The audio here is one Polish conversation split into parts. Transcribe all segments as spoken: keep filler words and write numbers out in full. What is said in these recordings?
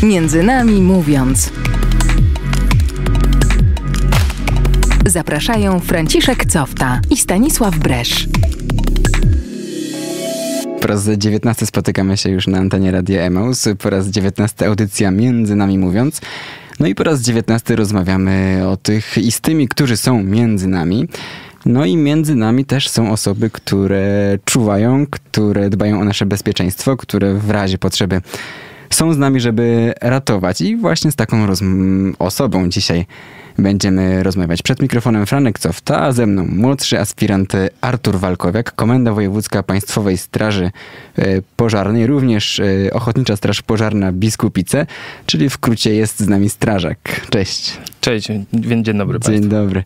Między nami mówiąc. Zapraszają Franciszek Cofta i Stanisław Bresz. Po raz dziewiętnasty spotykamy się już na antenie Radia Emaus. Po raz dziewiętnasty audycja Między nami mówiąc. No i po raz dziewiętnasty rozmawiamy o tych i z tymi, którzy są między nami. No i między nami też są osoby, które czuwają, które dbają o nasze bezpieczeństwo, które w razie potrzeby są z nami, żeby ratować. I właśnie z taką rozm- osobą dzisiaj będziemy rozmawiać. Przed mikrofonem Franek Cofta, a ze mną młodszy aspirant Artur Walkowiak, Komenda Wojewódzka Państwowej Straży Pożarnej, również Ochotnicza Straż Pożarna Biskupice, czyli w skrócie jest z nami strażak. Cześć. Cześć, dzień dobry Państwu. Dzień dobry.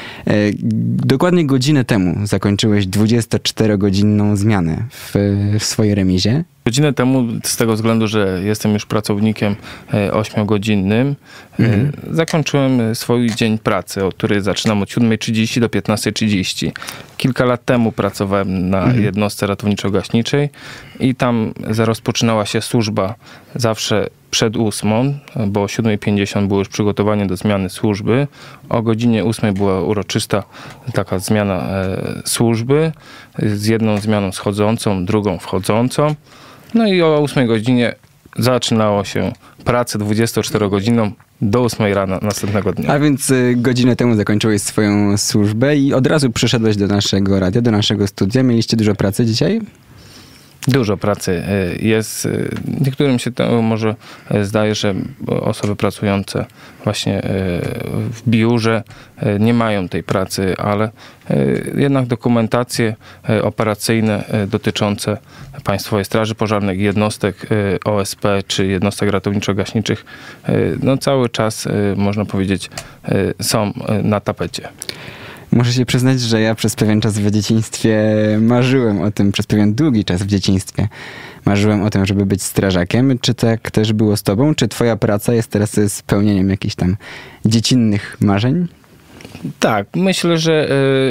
Dokładnie godzinę temu zakończyłeś dwudziestoczterogodzinną zmianę w, w swojej remizie. Godzinę temu z tego względu, że jestem już pracownikiem ośmiogodzinnym, mhm. zakończyłem swój dzień pracy, od której zaczynam od siódmej trzydzieści do piętnastej trzydzieści. Kilka lat temu pracowałem na mhm. jednostce ratowniczo-gaśniczej i tam rozpoczynała się służba zawsze przed ósmą, bo o siódmej pięćdziesiąt było już przygotowanie do zmiany służby. O godzinie ósmej była uroczysta taka zmiana e, służby z jedną zmianą schodzącą, drugą wchodzącą. No i o ósmej godzinie zaczynało się pracę dwudziestoczterogodzinną do ósmej rana następnego dnia. A więc y, godzinę temu zakończyłeś swoją służbę i od razu przyszedłeś do naszego radia, do naszego studia. Mieliście dużo pracy dzisiaj? Dużo pracy jest. Niektórym się to może zdaje, że osoby pracujące właśnie w biurze nie mają tej pracy, ale jednak dokumentacje operacyjne dotyczące Państwowej Straży Pożarnej, jednostek O S P czy jednostek ratowniczo-gaśniczych, no cały czas, można powiedzieć, są na tapecie. Muszę się przyznać, że ja przez pewien czas w dzieciństwie marzyłem o tym, przez pewien długi czas w dzieciństwie marzyłem o tym, żeby być strażakiem. Czy tak też było z tobą? Czy twoja praca jest teraz spełnieniem jakichś tam dziecinnych marzeń? Tak, myślę, że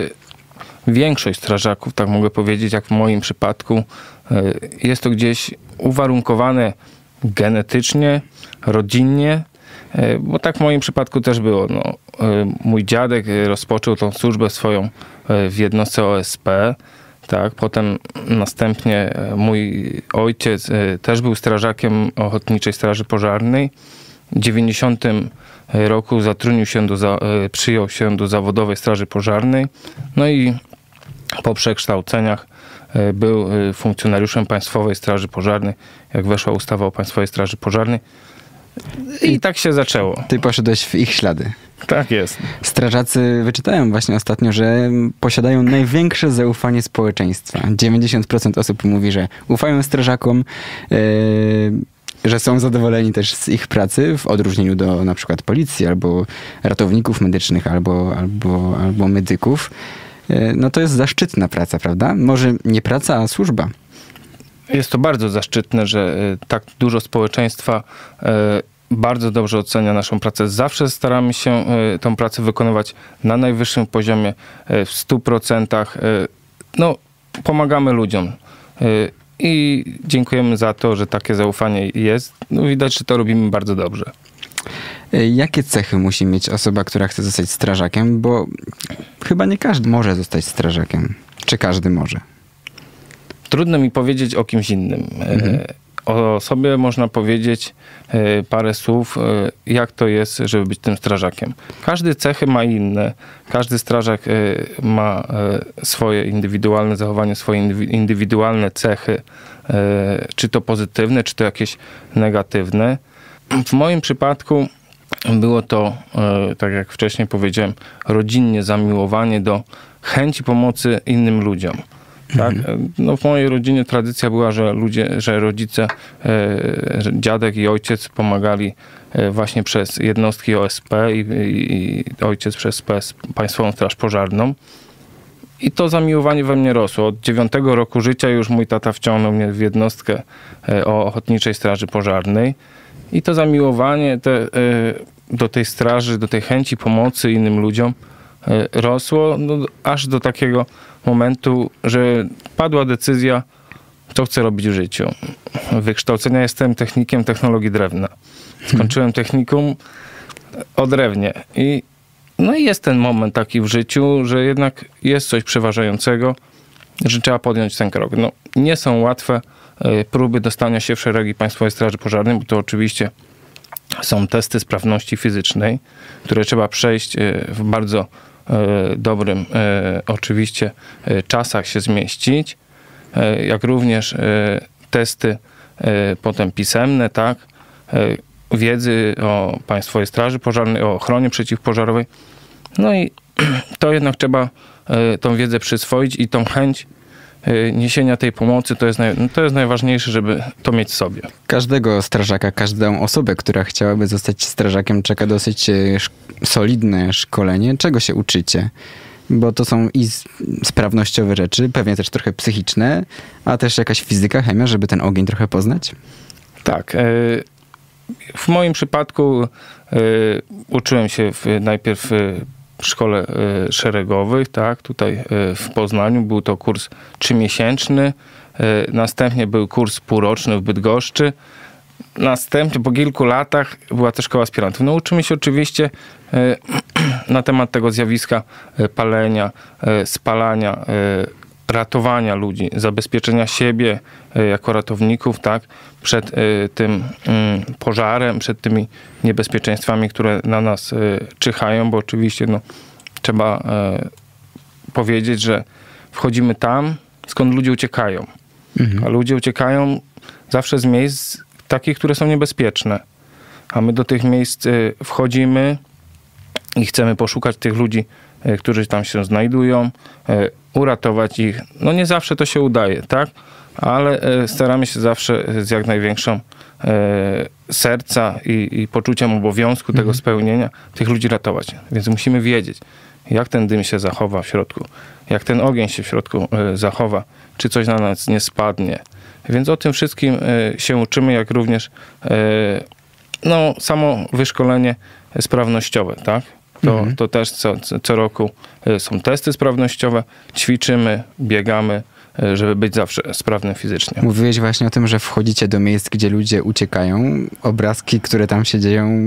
y, większość strażaków, tak mogę powiedzieć, jak w moim przypadku, y, jest to gdzieś uwarunkowane genetycznie, rodzinnie. Bo tak w moim przypadku też było. No, mój dziadek rozpoczął tą służbę swoją w jednostce O S P. Tak, potem następnie mój ojciec też był strażakiem Ochotniczej Straży Pożarnej. W dziewięćdziesiątym roku zatrudnił się do, za, przyjął się do zawodowej Straży Pożarnej. No i po przekształceniach był funkcjonariuszem Państwowej Straży Pożarnej, jak weszła ustawa o Państwowej Straży Pożarnej. I, I tak się zaczęło. Ty poszedłeś w ich ślady. Tak jest. Strażacy, wyczytałem właśnie ostatnio, że posiadają największe zaufanie społeczeństwa. dziewięćdziesiąt procent osób mówi, że ufają strażakom, yy, że są zadowoleni też z ich pracy, w odróżnieniu do na przykład policji, albo ratowników medycznych, albo, albo, albo medyków. Yy, no to jest zaszczytna praca, prawda? Może nie praca, a służba. Jest to bardzo zaszczytne, że tak dużo społeczeństwa bardzo dobrze ocenia naszą pracę. Zawsze staramy się tą pracę wykonywać na najwyższym poziomie, w stu procentach. No, pomagamy ludziom i dziękujemy za to, że takie zaufanie jest. No, widać, że to robimy bardzo dobrze. Jakie cechy musi mieć osoba, która chce zostać strażakiem? Bo chyba nie każdy może zostać strażakiem. Czy każdy może? Trudno mi powiedzieć o kimś innym. Mhm. O sobie można powiedzieć parę słów, jak to jest, żeby być tym strażakiem. Każdy cechy ma inne. Każdy strażak ma swoje indywidualne zachowanie, swoje indywidualne cechy, czy to pozytywne, czy to jakieś negatywne. W moim przypadku było to, tak jak wcześniej powiedziałem, rodzinnie zamiłowanie do chęci pomocy innym ludziom. Tak? No w mojej rodzinie tradycja była, że ludzie, że rodzice, że dziadek i ojciec pomagali właśnie przez jednostki O S P i, i, i ojciec przez P S, Państwową Straż Pożarną. I to zamiłowanie we mnie rosło. Od dziewiątego roku życia już mój tata wciągnął mnie w jednostkę o Ochotniczej Straży Pożarnej. I to zamiłowanie te, do tej straży, do tej chęci pomocy innym ludziom rosło, no, aż do takiego momentu, że padła decyzja co chcę robić w życiu. Wykształcenia jestem technikiem technologii drewna. Skończyłem technikum o drewnie i no i jest ten moment taki w życiu, że jednak jest coś przeważającego, że trzeba podjąć ten krok. No, nie są łatwe próby dostania się w szeregi Państwowej Straży Pożarnej, bo to oczywiście są testy sprawności fizycznej, które trzeba przejść w bardzo dobrym oczywiście czasach się zmieścić, jak również testy potem pisemne, tak, wiedzy o Państwowej Straży Pożarnej, o ochronie przeciwpożarowej. No i to jednak trzeba tą wiedzę przyswoić i tą chęć niesienia tej pomocy, to jest, naj, no to jest najważniejsze, żeby to mieć w sobie. Każdego strażaka, każdą osobę, która chciałaby zostać strażakiem, czeka dosyć sz- solidne szkolenie. Czego się uczycie? Bo to są i sprawnościowe rzeczy, pewnie też trochę psychiczne, a też jakaś fizyka, chemia, żeby ten ogień trochę poznać? Tak. W moim przypadku uczyłem się w, najpierw w szkole szeregowych, tak, tutaj w Poznaniu. Był to kurs trzymiesięczny. Następnie był kurs półroczny w Bydgoszczy. Następnie po kilku latach była też szkoła aspirantów. No, uczymy się oczywiście na temat tego zjawiska palenia, spalania, ratowania ludzi, zabezpieczenia siebie jako ratowników, tak, przed tym pożarem, przed tymi niebezpieczeństwami, które na nas czyhają, bo oczywiście no, trzeba powiedzieć, że wchodzimy tam, skąd ludzie uciekają. Mhm. A ludzie uciekają zawsze z miejsc takich, które są niebezpieczne. A my do tych miejsc wchodzimy i chcemy poszukać tych ludzi, którzy tam się znajdują, uratować ich. No nie zawsze to się udaje, tak? Ale staramy się zawsze z jak największą serca i, i poczuciem obowiązku mhm. tego spełnienia tych ludzi ratować. Więc musimy wiedzieć, jak ten dym się zachowa w środku, jak ten ogień się w środku zachowa, czy coś na nas nie spadnie. Więc o tym wszystkim się uczymy, jak również no, samo wyszkolenie sprawnościowe, tak? To, mhm. to też co, co roku są testy sprawnościowe, ćwiczymy, biegamy, żeby być zawsze sprawnym fizycznie. Mówiłeś właśnie o tym, że wchodzicie do miejsc, gdzie ludzie uciekają. Obrazki, które tam się dzieją,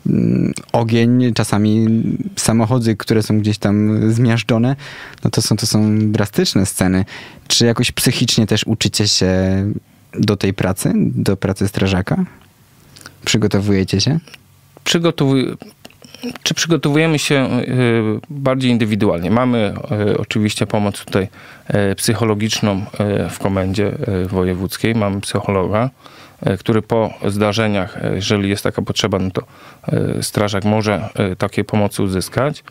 ogień, czasami samochody, które są gdzieś tam zmiażdżone, no to są, to są drastyczne sceny. Czy jakoś psychicznie też uczycie się do tej pracy, do pracy strażaka? Przygotowujecie się? Przygotowuję. Czy przygotowujemy się bardziej indywidualnie? Mamy oczywiście pomoc tutaj psychologiczną w komendzie wojewódzkiej. Mamy psychologa, który po zdarzeniach, jeżeli jest taka potrzeba, no to strażak może takiej pomocy uzyskać.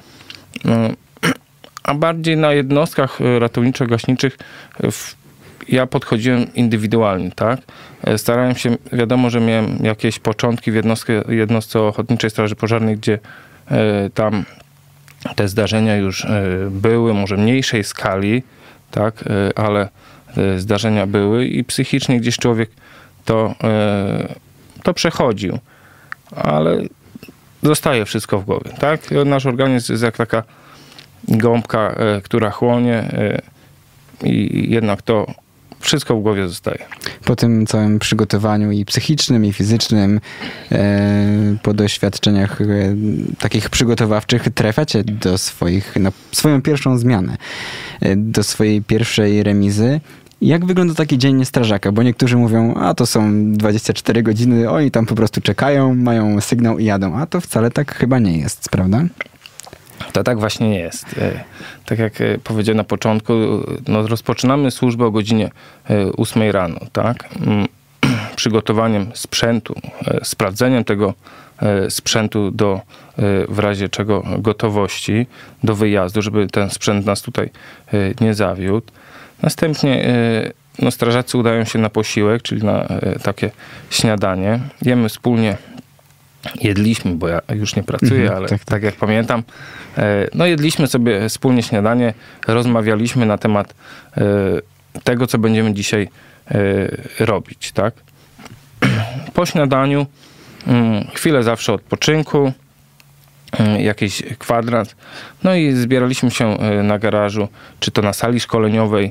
A bardziej na jednostkach ratowniczo-gaśniczych ja podchodziłem indywidualnie, tak? Starałem się, wiadomo, że miałem jakieś początki w jednostce, jednostce Ochotniczej Straży Pożarnej, gdzie e, tam te zdarzenia już e, były, może mniejszej skali, tak? E, ale e, zdarzenia były i psychicznie gdzieś człowiek to, e, to przechodził. Ale zostaje wszystko w głowie, tak? Nasz organizm jest jak taka gąbka, e, która chłonie e, i jednak to wszystko w głowie zostaje. Po tym całym przygotowaniu i psychicznym, i fizycznym, e, po doświadczeniach e, takich przygotowawczych trafiacie do swoich, na swoją pierwszą zmianę, e, do swojej pierwszej remizy. Jak wygląda taki dzień strażaka? Bo niektórzy mówią, a to są dwadzieścia cztery godziny, oni tam po prostu czekają, mają sygnał i jadą. A to wcale tak chyba nie jest, prawda? To tak właśnie nie jest. Tak jak powiedziałem na początku, no rozpoczynamy służbę o godzinie ósmej rano, tak? Przygotowaniem sprzętu, sprawdzeniem tego sprzętu do w razie czego gotowości do wyjazdu, żeby ten sprzęt nas tutaj nie zawiódł. Następnie no, strażacy udają się na posiłek, czyli na takie śniadanie. Jemy wspólnie. Jedliśmy, bo ja już nie pracuję, mhm, ale tak, tak jak pamiętam, no jedliśmy sobie wspólnie śniadanie, rozmawialiśmy na temat tego, co będziemy dzisiaj robić, tak? Po śniadaniu chwilę zawsze odpoczynku, jakiś kwadrat, no i zbieraliśmy się na garażu, czy to na sali szkoleniowej,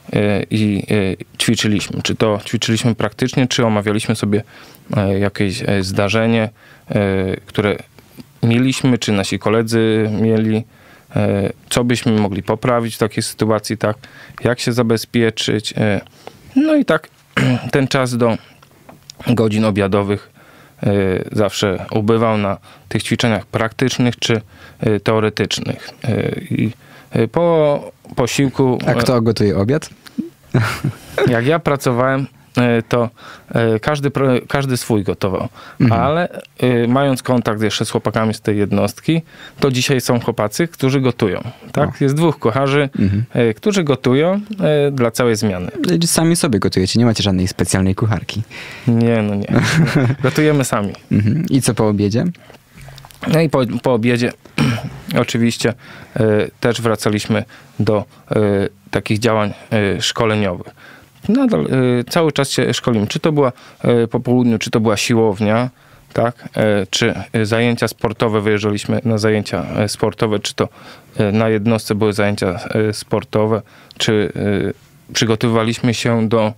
i ćwiczyliśmy. Czy to ćwiczyliśmy praktycznie, czy omawialiśmy sobie jakieś zdarzenie, które mieliśmy, czy nasi koledzy mieli, co byśmy mogli poprawić w takiej sytuacji, tak? Jak się zabezpieczyć. No i tak ten czas do godzin obiadowych zawsze ubywał na tych ćwiczeniach praktycznych czy teoretycznych. I po posiłku... A kto gotuje obiad? Jak ja pracowałem, to każdy, każdy swój gotował. Mhm. Ale mając kontakt jeszcze z chłopakami z tej jednostki, to dzisiaj są chłopacy, którzy gotują. Tak? O. Jest dwóch kucharzy, mhm. którzy gotują dla całej zmiany. Sami sobie gotujecie, nie macie żadnej specjalnej kucharki. Nie, no nie. Gotujemy sami. Mhm. I co po obiedzie? No i po, po obiedzie oczywiście y, też wracaliśmy do y, takich działań y, szkoleniowych. Nadal y, cały czas się szkolimy. Czy to była y, po południu, czy to była siłownia, tak? Y, czy y, zajęcia sportowe, wyjeżdżaliśmy na zajęcia y, sportowe, czy to y, na jednostce były zajęcia y, sportowe, czy y, przygotowywaliśmy się do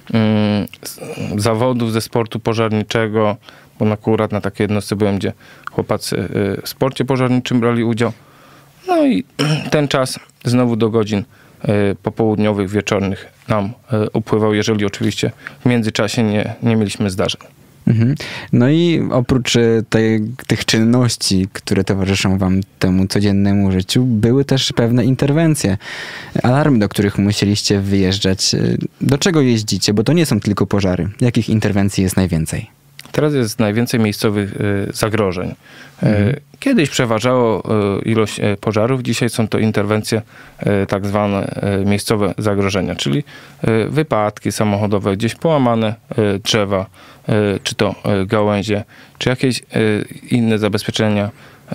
y, zawodów ze sportu pożarniczego, bo akurat na takiej jednostce byłem, gdzie chłopacy w sporcie pożarniczym brali udział. No i ten czas znowu do godzin popołudniowych, wieczornych nam upływał, jeżeli oczywiście w międzyczasie nie, nie mieliśmy zdarzeń. Mhm. No i oprócz tej, tych czynności, które towarzyszą wam temu codziennemu życiu, były też pewne interwencje, alarmy, do których musieliście wyjeżdżać. Do czego jeździcie? Bo to nie są tylko pożary. Jakich interwencji jest najwięcej? Teraz jest najwięcej miejscowych zagrożeń. Mhm. Kiedyś przeważało ilość pożarów, dzisiaj są to interwencje tak zwane miejscowe zagrożenia, czyli wypadki samochodowe, gdzieś połamane drzewa, czy to gałęzie, czy jakieś inne zabezpieczenia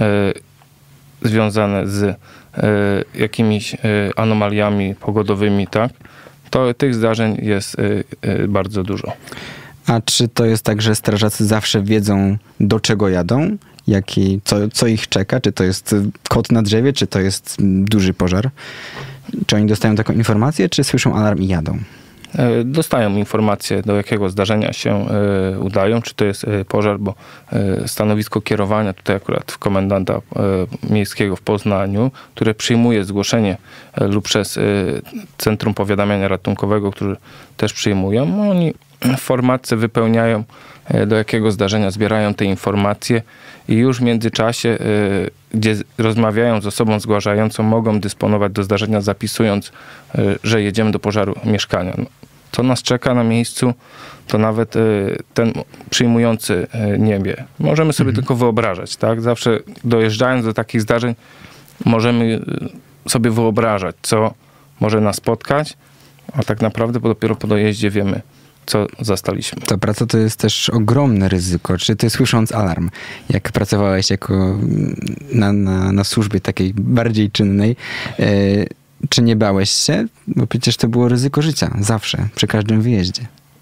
związane z jakimiś anomaliami pogodowymi, tak? To tych zdarzeń jest bardzo dużo. A czy to jest tak, że strażacy zawsze wiedzą, do czego jadą? Jaki, co, co ich czeka? Czy to jest kot na drzewie, czy to jest duży pożar? Czy oni dostają taką informację, czy słyszą alarm i jadą? Dostają informację, do jakiego zdarzenia się udają, czy to jest pożar, bo stanowisko kierowania tutaj akurat w komendanta miejskiego w Poznaniu, które przyjmuje zgłoszenie lub przez Centrum Powiadamiania Ratunkowego, którzy też przyjmują, oni w formatce wypełniają, do jakiego zdarzenia zbierają te informacje i już w międzyczasie, gdzie rozmawiają z osobą zgłaszającą, mogą dysponować do zdarzenia, zapisując, że jedziemy do pożaru mieszkania. Co nas czeka na miejscu, to nawet ten przyjmujący nie wie. Możemy sobie mhm. tylko wyobrażać, tak? Zawsze dojeżdżając do takich zdarzeń, możemy sobie wyobrażać, co może nas spotkać, a tak naprawdę dopiero po dojeździe wiemy, co zastaliśmy. Ta praca to jest też ogromne ryzyko. Czy ty, słysząc alarm, jak pracowałeś jako na, na, na służbie takiej bardziej czynnej, e, czy nie bałeś się? Bo przecież to było ryzyko życia. Zawsze, przy każdym wyjeździe.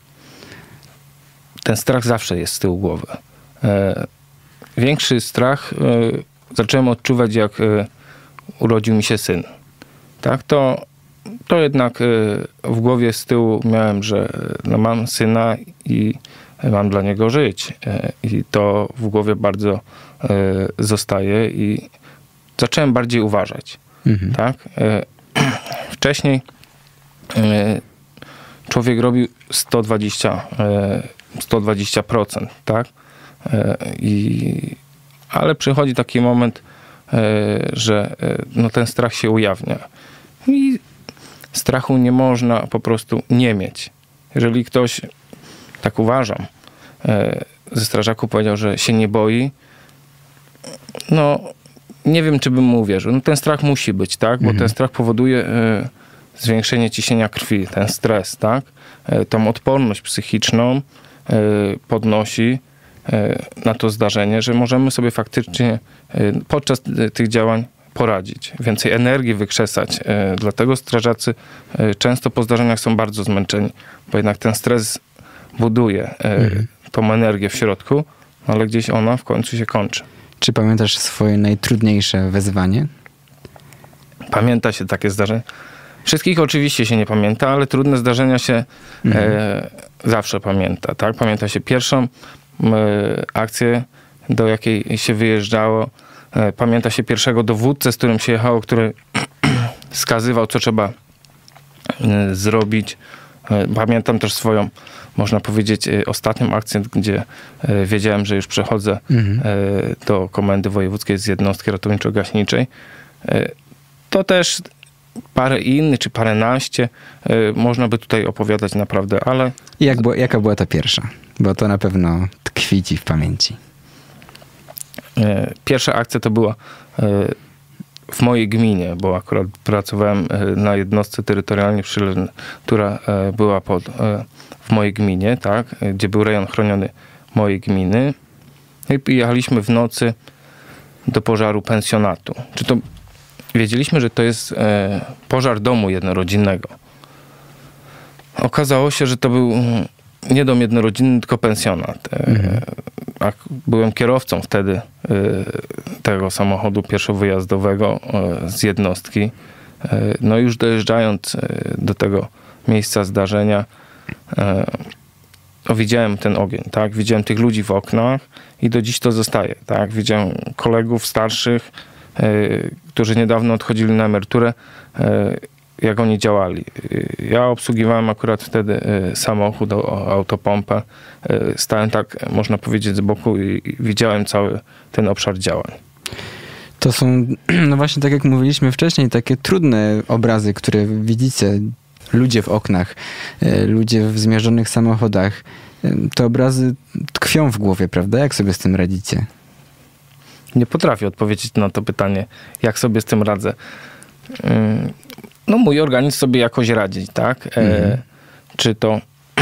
Ten strach zawsze jest z tyłu głowy. E, większy strach e, zacząłem odczuwać, jak e, urodził mi się syn. Tak, to To jednak w głowie z tyłu miałem, że no mam syna i mam dla niego żyć. I to w głowie bardzo zostaje i zacząłem bardziej uważać. Mhm. Tak? Wcześniej człowiek robił sto dwadzieścia procent, tak? I, ale przychodzi taki moment, że no ten strach się ujawnia. I strachu nie można po prostu nie mieć. Jeżeli ktoś, tak uważam, ze strażaków powiedział, że się nie boi, no nie wiem, czy bym mu uwierzył. No, ten strach musi być, tak? Bo mhm. ten strach powoduje zwiększenie ciśnienia krwi, ten stres, tak? Tą odporność psychiczną podnosi na to zdarzenie, że możemy sobie faktycznie podczas tych działań poradzić, więcej energii wykrzesać. Dlatego strażacy często po zdarzeniach są bardzo zmęczeni, bo jednak ten stres buduje mhm. tą energię w środku, ale gdzieś ona w końcu się kończy. Czy pamiętasz swoje najtrudniejsze wezwanie? Pamięta się takie zdarzenie. Wszystkich oczywiście się nie pamięta, ale trudne zdarzenia się mhm. e, zawsze pamięta, tak? Pamięta się pierwszą e, akcję, do jakiej się wyjeżdżało. E, pamięta się pierwszego dowódcę, z którym się jechało, który wskazywał, co trzeba e, zrobić. E, pamiętam też swoją, można powiedzieć, e, ostatnią akcję, gdzie e, wiedziałem, że już przechodzę mhm. e, do Komendy Wojewódzkiej z jednostki ratowniczo-gaśniczej. E, to też parę innych, czy paręnaście. Yy, można by tutaj opowiadać naprawdę, ale... I jak było, jaka była ta pierwsza? Bo to na pewno tkwi ci w pamięci. Yy, pierwsza akcja to była yy, w mojej gminie, bo akurat pracowałem yy, na jednostce terytorialnie przyległej, która yy, była pod, yy, w mojej gminie, tak, yy, gdzie był rejon chroniony mojej gminy. I jechaliśmy w nocy do pożaru pensjonatu. Czy to Wiedzieliśmy, że to jest e, pożar domu jednorodzinnego. Okazało się, że to był nie dom jednorodzinny, tylko pensjonat. E, mhm. a byłem kierowcą wtedy e, tego samochodu pierwszowyjazdowego e, z jednostki. E, no już dojeżdżając e, do tego miejsca zdarzenia, e, no, widziałem ten ogień, tak? Widziałem tych ludzi w oknach i do dziś to zostaje, tak? Widziałem kolegów starszych, którzy niedawno odchodzili na emeryturę, jak oni działali. Ja obsługiwałem akurat wtedy samochód, autopompę. Stałem tak, można powiedzieć, z boku i widziałem cały ten obszar działań. To są, no właśnie tak jak mówiliśmy wcześniej, takie trudne obrazy, które widzicie. Ludzie w oknach, ludzie w zmierzonych samochodach. Te obrazy tkwią w głowie, prawda? Jak sobie z tym radzicie? Nie potrafię odpowiedzieć na to pytanie, jak sobie z tym radzę. No mój organizm sobie jakoś radzi, tak? Mhm. E, czy to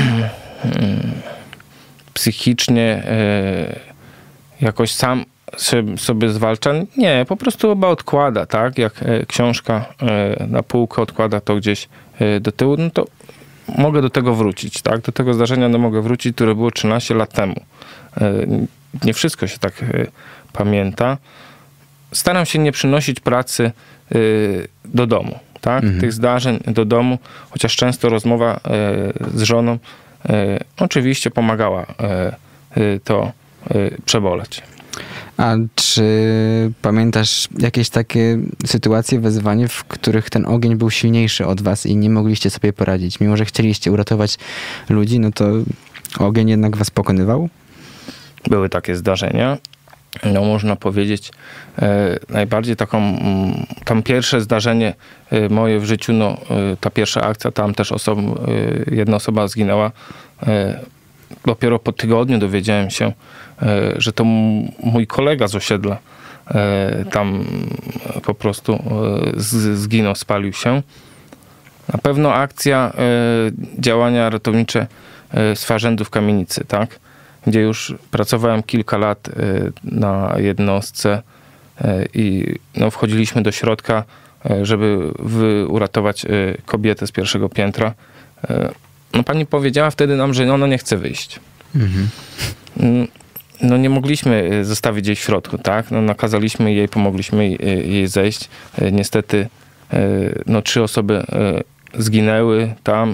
psychicznie e, jakoś sam sobie zwalcza? Nie, po prostu chyba odkłada, tak? Jak e, książka e, na półkę odkłada to gdzieś e, do tyłu, no to mogę do tego wrócić, tak? Do tego zdarzenia no mogę wrócić, które było trzynaście lat temu. E, nie wszystko się tak e, pamięta. Staram się nie przynosić pracy y, do domu, tak? Mhm. Tych zdarzeń do domu, chociaż często rozmowa y, z żoną y, oczywiście pomagała y, y, to y, przeboleć. A czy pamiętasz jakieś takie sytuacje, wezwanie, w których ten ogień był silniejszy od was i nie mogliście sobie poradzić? Mimo że chcieliście uratować ludzi, no to ogień jednak was pokonywał? Były takie zdarzenia. No można powiedzieć, e, najbardziej taką, tam pierwsze zdarzenie e, moje w życiu, no e, ta pierwsza akcja, tam też osob, e, jedna osoba zginęła. E, dopiero po tygodniu dowiedziałem się, e, że to m- mój kolega z osiedla e, tam po prostu e, z, zginął, spalił się. Na pewno akcja, e, działania ratownicze e, z Farzędu w Kamienicy, tak? Gdzie już pracowałem kilka lat na jednostce i no, wchodziliśmy do środka, żeby wy, uratować kobietę z pierwszego piętra. No, pani powiedziała wtedy nam, że ona nie chce wyjść. Mhm. No nie mogliśmy zostawić jej w środku, tak? No, nakazaliśmy jej, pomogliśmy jej zejść. Niestety no, trzy osoby zginęły tam.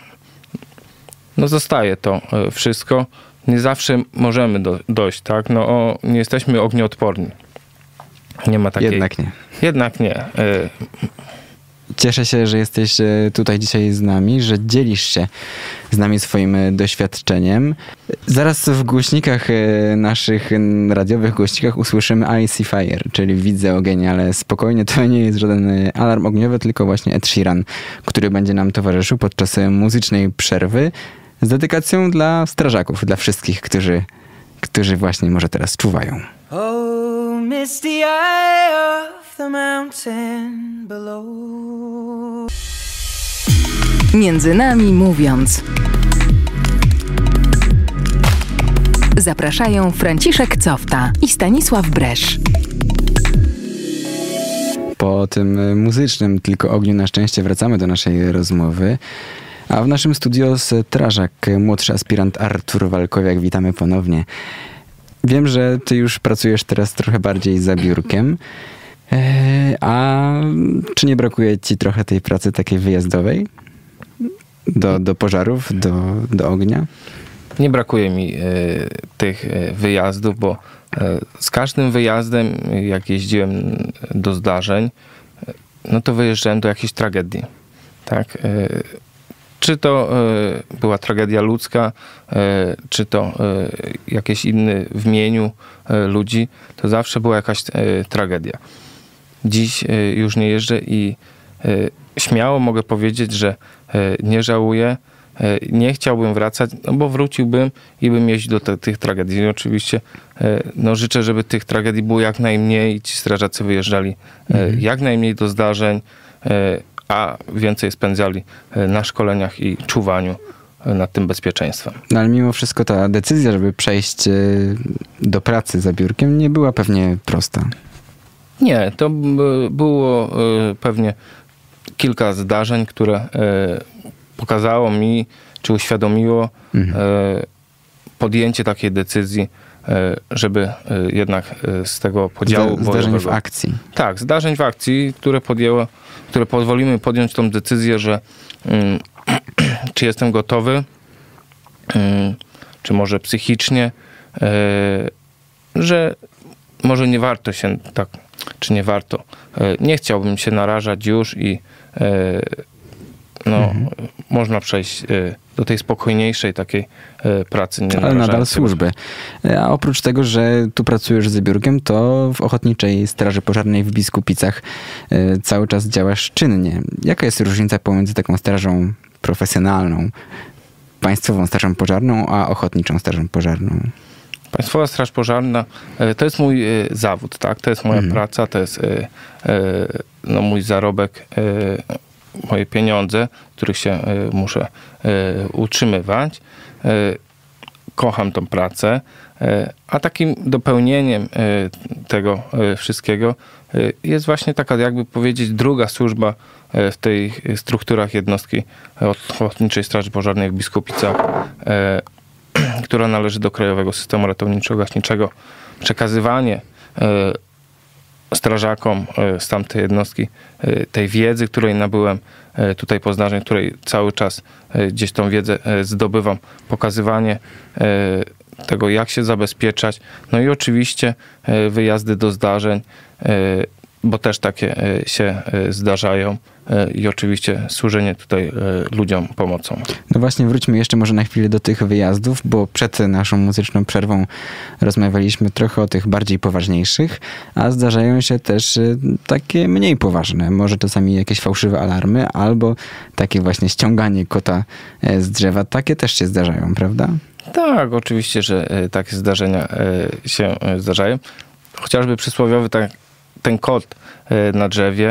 No zostaje to wszystko. Nie zawsze możemy do, dojść, tak? No o, nie jesteśmy ognioodporni. Nie ma takiej... Jednak nie. Jednak nie. Cieszę się, że jesteś tutaj dzisiaj z nami, że dzielisz się z nami swoim doświadczeniem. Zaraz w głośnikach naszych, radiowych głośnikach usłyszymy I See Fire, czyli widzę ogień, ale spokojnie, to nie jest żaden alarm ogniowy, tylko właśnie Ed Sheeran, który będzie nam towarzyszył podczas muzycznej przerwy. Z dedykacją dla strażaków, dla wszystkich, którzy, którzy właśnie może teraz czuwają. Oh, misty eye of the mountain below. Między nami mówiąc. Zapraszają Franciszek Cofta i Stanisław Bresz. Po tym muzycznym tylko ogniu na szczęście wracamy do naszej rozmowy. A w naszym studio strażak, młodszy aspirant Artur Walkowiak. Witamy ponownie. Wiem, że ty już pracujesz teraz trochę bardziej za biurkiem. A czy nie brakuje ci trochę tej pracy takiej wyjazdowej? Do, do pożarów, do, do ognia? Nie brakuje mi y, tych y, wyjazdów, bo y, z każdym wyjazdem, jak jeździłem do zdarzeń, y, no to wyjeżdżałem do jakiejś tragedii. Tak? Y, czy to y, była tragedia ludzka, y, czy to y, jakieś inne w mieniu y, ludzi, to zawsze była jakaś y, tragedia. Dziś y, już nie jeżdżę i y, śmiało mogę powiedzieć, że y, nie żałuję. Nie chciałbym wracać, no bo wróciłbym i bym jeździł do te, tych tragedii. I oczywiście no, życzę, żeby tych tragedii było jak najmniej i ci strażacy wyjeżdżali mhm. jak najmniej do zdarzeń, a więcej spędzali na szkoleniach i czuwaniu nad tym bezpieczeństwem. No ale mimo wszystko ta decyzja, żeby przejść do pracy za biurkiem, nie była pewnie prosta. Nie, to było pewnie kilka zdarzeń, które pokazało mi, czy uświadomiło mhm. podjęcie takiej decyzji, żeby jednak z tego podziału Zda- Zdarzeń bojowego, w akcji. Tak, zdarzeń w akcji, które podjęło, które pozwoliły mi podjąć tą decyzję, że um, czy jestem gotowy, um, czy może psychicznie, um, że może nie warto się tak, czy nie warto. Um, nie chciałbym się narażać już i um, no, mhm. można przejść do tej spokojniejszej takiej pracy. Nie Ale nadal służby. A oprócz tego, że tu pracujesz z biurkiem, to w Ochotniczej Straży Pożarnej w Biskupicach cały czas działasz czynnie. Jaka jest różnica pomiędzy taką strażą profesjonalną, państwową strażą pożarną, a ochotniczą strażą pożarną? Państwowa Straż Pożarna to jest mój zawód, tak? To jest moja mhm. praca, to jest no, mój zarobek, moje pieniądze, których się y, muszę y, utrzymywać. Y, kocham tą pracę, y, a takim dopełnieniem y, tego y, wszystkiego y, jest właśnie taka, jakby powiedzieć, druga służba y, w tych strukturach jednostki Ochotniczej Straży Pożarnej w Biskupicach, y, która należy do Krajowego Systemu Ratowniczo-Gaśniczego. Przekazywanie y, strażakom z tamtej jednostki tej wiedzy, której nabyłem tutaj po zdarzeniu, której cały czas gdzieś tą wiedzę zdobywam, pokazywanie tego, jak się zabezpieczać, no i oczywiście wyjazdy do zdarzeń, bo też takie się zdarzają i oczywiście służenie tutaj ludziom pomocą. No właśnie, wróćmy jeszcze może na chwilę do tych wyjazdów, bo przed naszą muzyczną przerwą rozmawialiśmy trochę o tych bardziej poważniejszych, a zdarzają się też takie mniej poważne. Może czasami jakieś fałszywe alarmy, albo takie właśnie ściąganie kota z drzewa. Takie też się zdarzają, prawda? Tak, oczywiście, że takie zdarzenia się zdarzają. Chociażby przysłowiowy tak, ten kot na drzewie,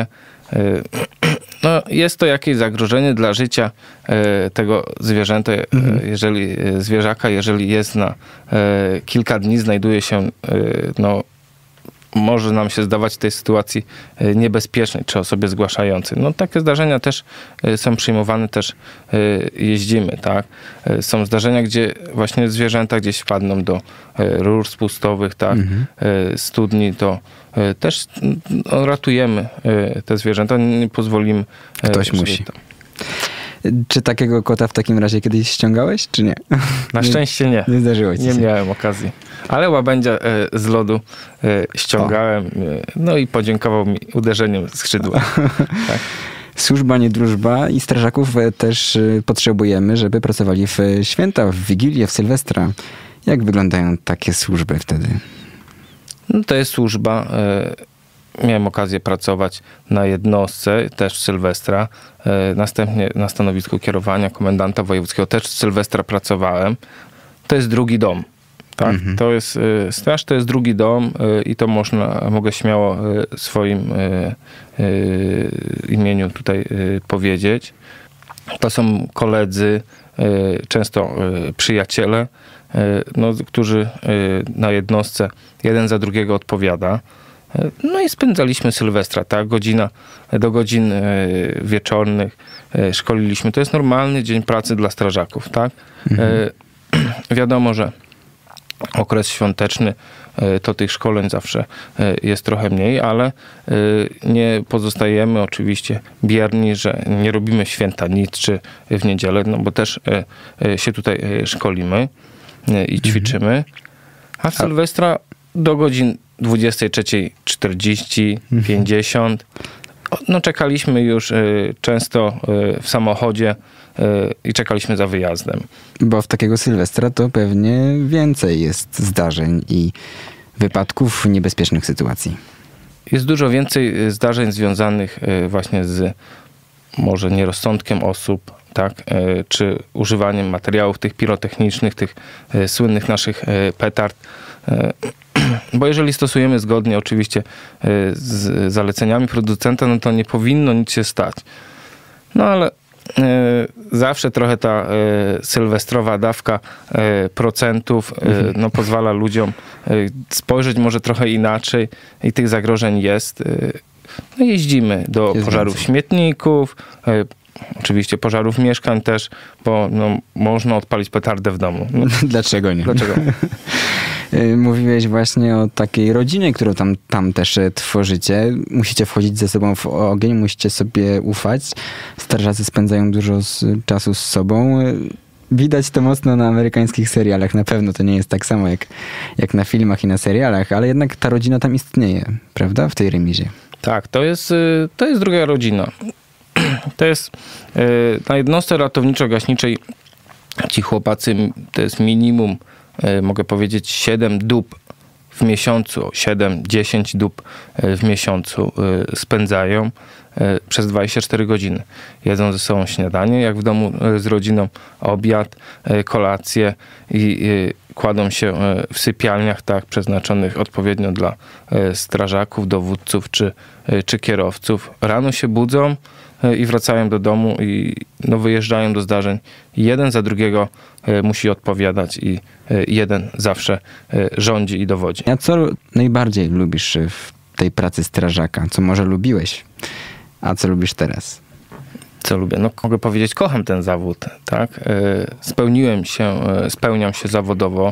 no, jest to jakieś zagrożenie dla życia tego zwierzęta, mhm. jeżeli zwierzaka, jeżeli jest na kilka dni, znajduje się, no, może nam się zdawać w tej sytuacji niebezpiecznej, czy osobie zgłaszającej. No, takie zdarzenia też są przyjmowane, też jeździmy, tak. Są zdarzenia, gdzie właśnie zwierzęta gdzieś wpadną do rur spustowych, tak, mhm. studni, to też no, ratujemy te zwierzęta, nie pozwolimy. Ktoś musi. To... Czy takiego kota w takim razie kiedyś ściągałeś, czy nie? Na szczęście nie. Nie zdarzyło ci się. Nie miałem okazji. Ale łabędzia z lodu ściągałem, o. no i podziękował mi uderzeniem skrzydła. Tak. Służba, nie drużba i strażaków też potrzebujemy, żeby pracowali w święta, w Wigilię, w Sylwestra. Jak wyglądają takie służby wtedy? No to jest służba. Miałem okazję pracować na jednostce, też w Sylwestra. Następnie na stanowisku kierowania komendanta wojewódzkiego też w Sylwestra pracowałem. To jest drugi dom. Tak? Mhm. To jest straż, to jest drugi dom i to można, mogę śmiało w swoim imieniu tutaj powiedzieć. To są koledzy, często przyjaciele, no, którzy na jednostce jeden za drugiego odpowiada. No i spędzaliśmy Sylwestra, tak? Godzina do godzin wieczornych szkoliliśmy. To jest normalny dzień pracy dla strażaków, tak? Mhm. Wiadomo, że okres świąteczny, to tych szkoleń zawsze jest trochę mniej, ale nie pozostajemy oczywiście bierni, że nie robimy święta nic czy w niedzielę, no bo też się tutaj szkolimy i ćwiczymy. A w Sylwestra do godzin dwudziestej trzeciej czterdzieści, pięćdziesiąt no czekaliśmy już często w samochodzie i czekaliśmy za wyjazdem. Bo w takiego Sylwestra to pewnie więcej jest zdarzeń i wypadków, niebezpiecznych sytuacji. Jest dużo więcej zdarzeń związanych właśnie z może nierozsądkiem osób, tak, czy używaniem materiałów tych pirotechnicznych, tych słynnych naszych petard. Bo jeżeli stosujemy zgodnie oczywiście z zaleceniami producenta, no to nie powinno nic się stać. No ale zawsze trochę ta sylwestrowa dawka procentów no, pozwala ludziom spojrzeć może trochę inaczej i tych zagrożeń jest. No, jeździmy do jest pożarów więcej. Śmietników, oczywiście pożarów mieszkań też, bo no, można odpalić petardę w domu. No, dlaczego nie? Dlaczego? Mówiłeś właśnie o takiej rodzinie, którą tam, tam też tworzycie. Musicie wchodzić ze sobą w ogień, musicie sobie ufać. Strażacy spędzają dużo z, czasu z sobą. Widać to mocno na amerykańskich serialach. Na pewno to nie jest tak samo jak, jak na filmach i na serialach, ale jednak ta rodzina tam istnieje, prawda? W tej remizie. Tak, to jest, to jest druga rodzina. To jest na jednostce ratowniczo-gaśniczej ci chłopacy, to jest minimum, mogę powiedzieć, siedem dób w miesiącu, siedem dziesięć dób w miesiącu spędzają przez dwadzieścia cztery godziny. Jedzą ze sobą śniadanie, jak w domu z rodziną, obiad, kolację i kładą się w sypialniach tak przeznaczonych odpowiednio dla strażaków, dowódców czy, czy kierowców. Rano się budzą i wracają do domu i no, wyjeżdżają do zdarzeń. Jeden za drugiego musi odpowiadać i jeden zawsze rządzi i dowodzi. A co najbardziej lubisz w tej pracy strażaka? Co może lubiłeś, a co lubisz teraz? Co lubię? No mogę powiedzieć, kocham ten zawód, tak? Spełniłem się, spełniam się zawodowo.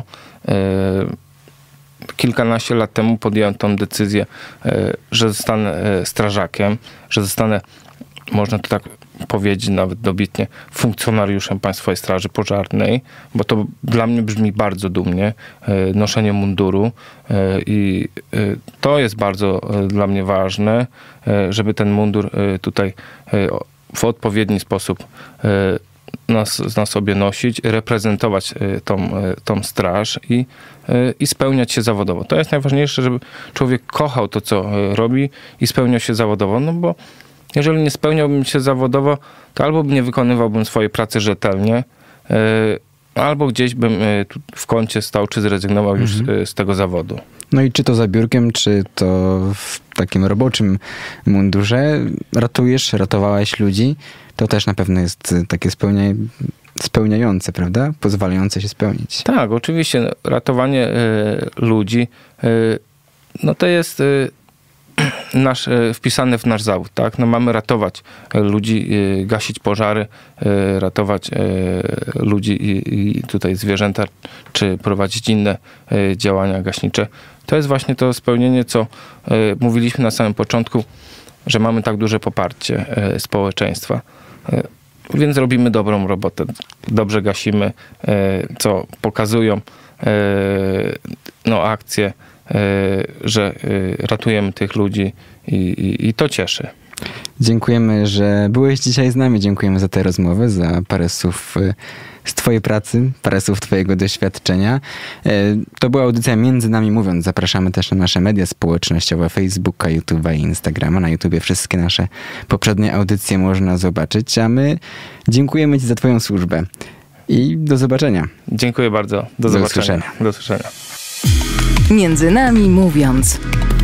Kilkanaście lat temu podjąłem tą decyzję, że zostanę strażakiem, że zostanę, można to tak powiedzieć nawet dobitnie, funkcjonariuszem Państwowej Straży Pożarnej, bo to dla mnie brzmi bardzo dumnie, noszenie munduru i to jest bardzo dla mnie ważne, żeby ten mundur tutaj w odpowiedni sposób nas, na sobie nosić, reprezentować tą, tą straż i, i spełniać się zawodowo. To jest najważniejsze, żeby człowiek kochał to, co robi i spełniał się zawodowo, no bo jeżeli nie spełniałbym się zawodowo, to albo nie wykonywałbym swojej pracy rzetelnie, albo gdzieś bym w kącie stał, czy zrezygnował już mhm. z tego zawodu. No i czy to za biurkiem, czy to w takim roboczym mundurze ratujesz, ratowałeś ludzi, to też na pewno jest takie spełnia, spełniające, prawda? Pozwalające się spełnić. Tak, oczywiście. Ratowanie y, ludzi, y, no to jest y, nasz, y, wpisane w nasz zawód, tak? No mamy ratować ludzi, y, gasić pożary, y, ratować y, ludzi i, i tutaj zwierzęta, czy prowadzić inne y, działania gaśnicze. To jest właśnie to spełnienie, co y, mówiliśmy na samym początku, że mamy tak duże poparcie y, społeczeństwa. Y, więc robimy dobrą robotę. Dobrze gasimy, y, co pokazują y, no, akcje, y, że y, ratujemy tych ludzi i, i, i to cieszy. Dziękujemy, że byłeś dzisiaj z nami. Dziękujemy za tę rozmowę, za parę słów z twojej pracy, parę słów twojego doświadczenia. To była audycja Między Nami Mówiąc. Zapraszamy też na nasze media społecznościowe, Facebooka, YouTube'a i Instagrama. Na YouTubie wszystkie nasze poprzednie audycje można zobaczyć, a my dziękujemy ci za twoją służbę i do zobaczenia. Dziękuję bardzo. Do, do zobaczenia. Usłyszenia. Do usłyszenia. Między Nami Mówiąc.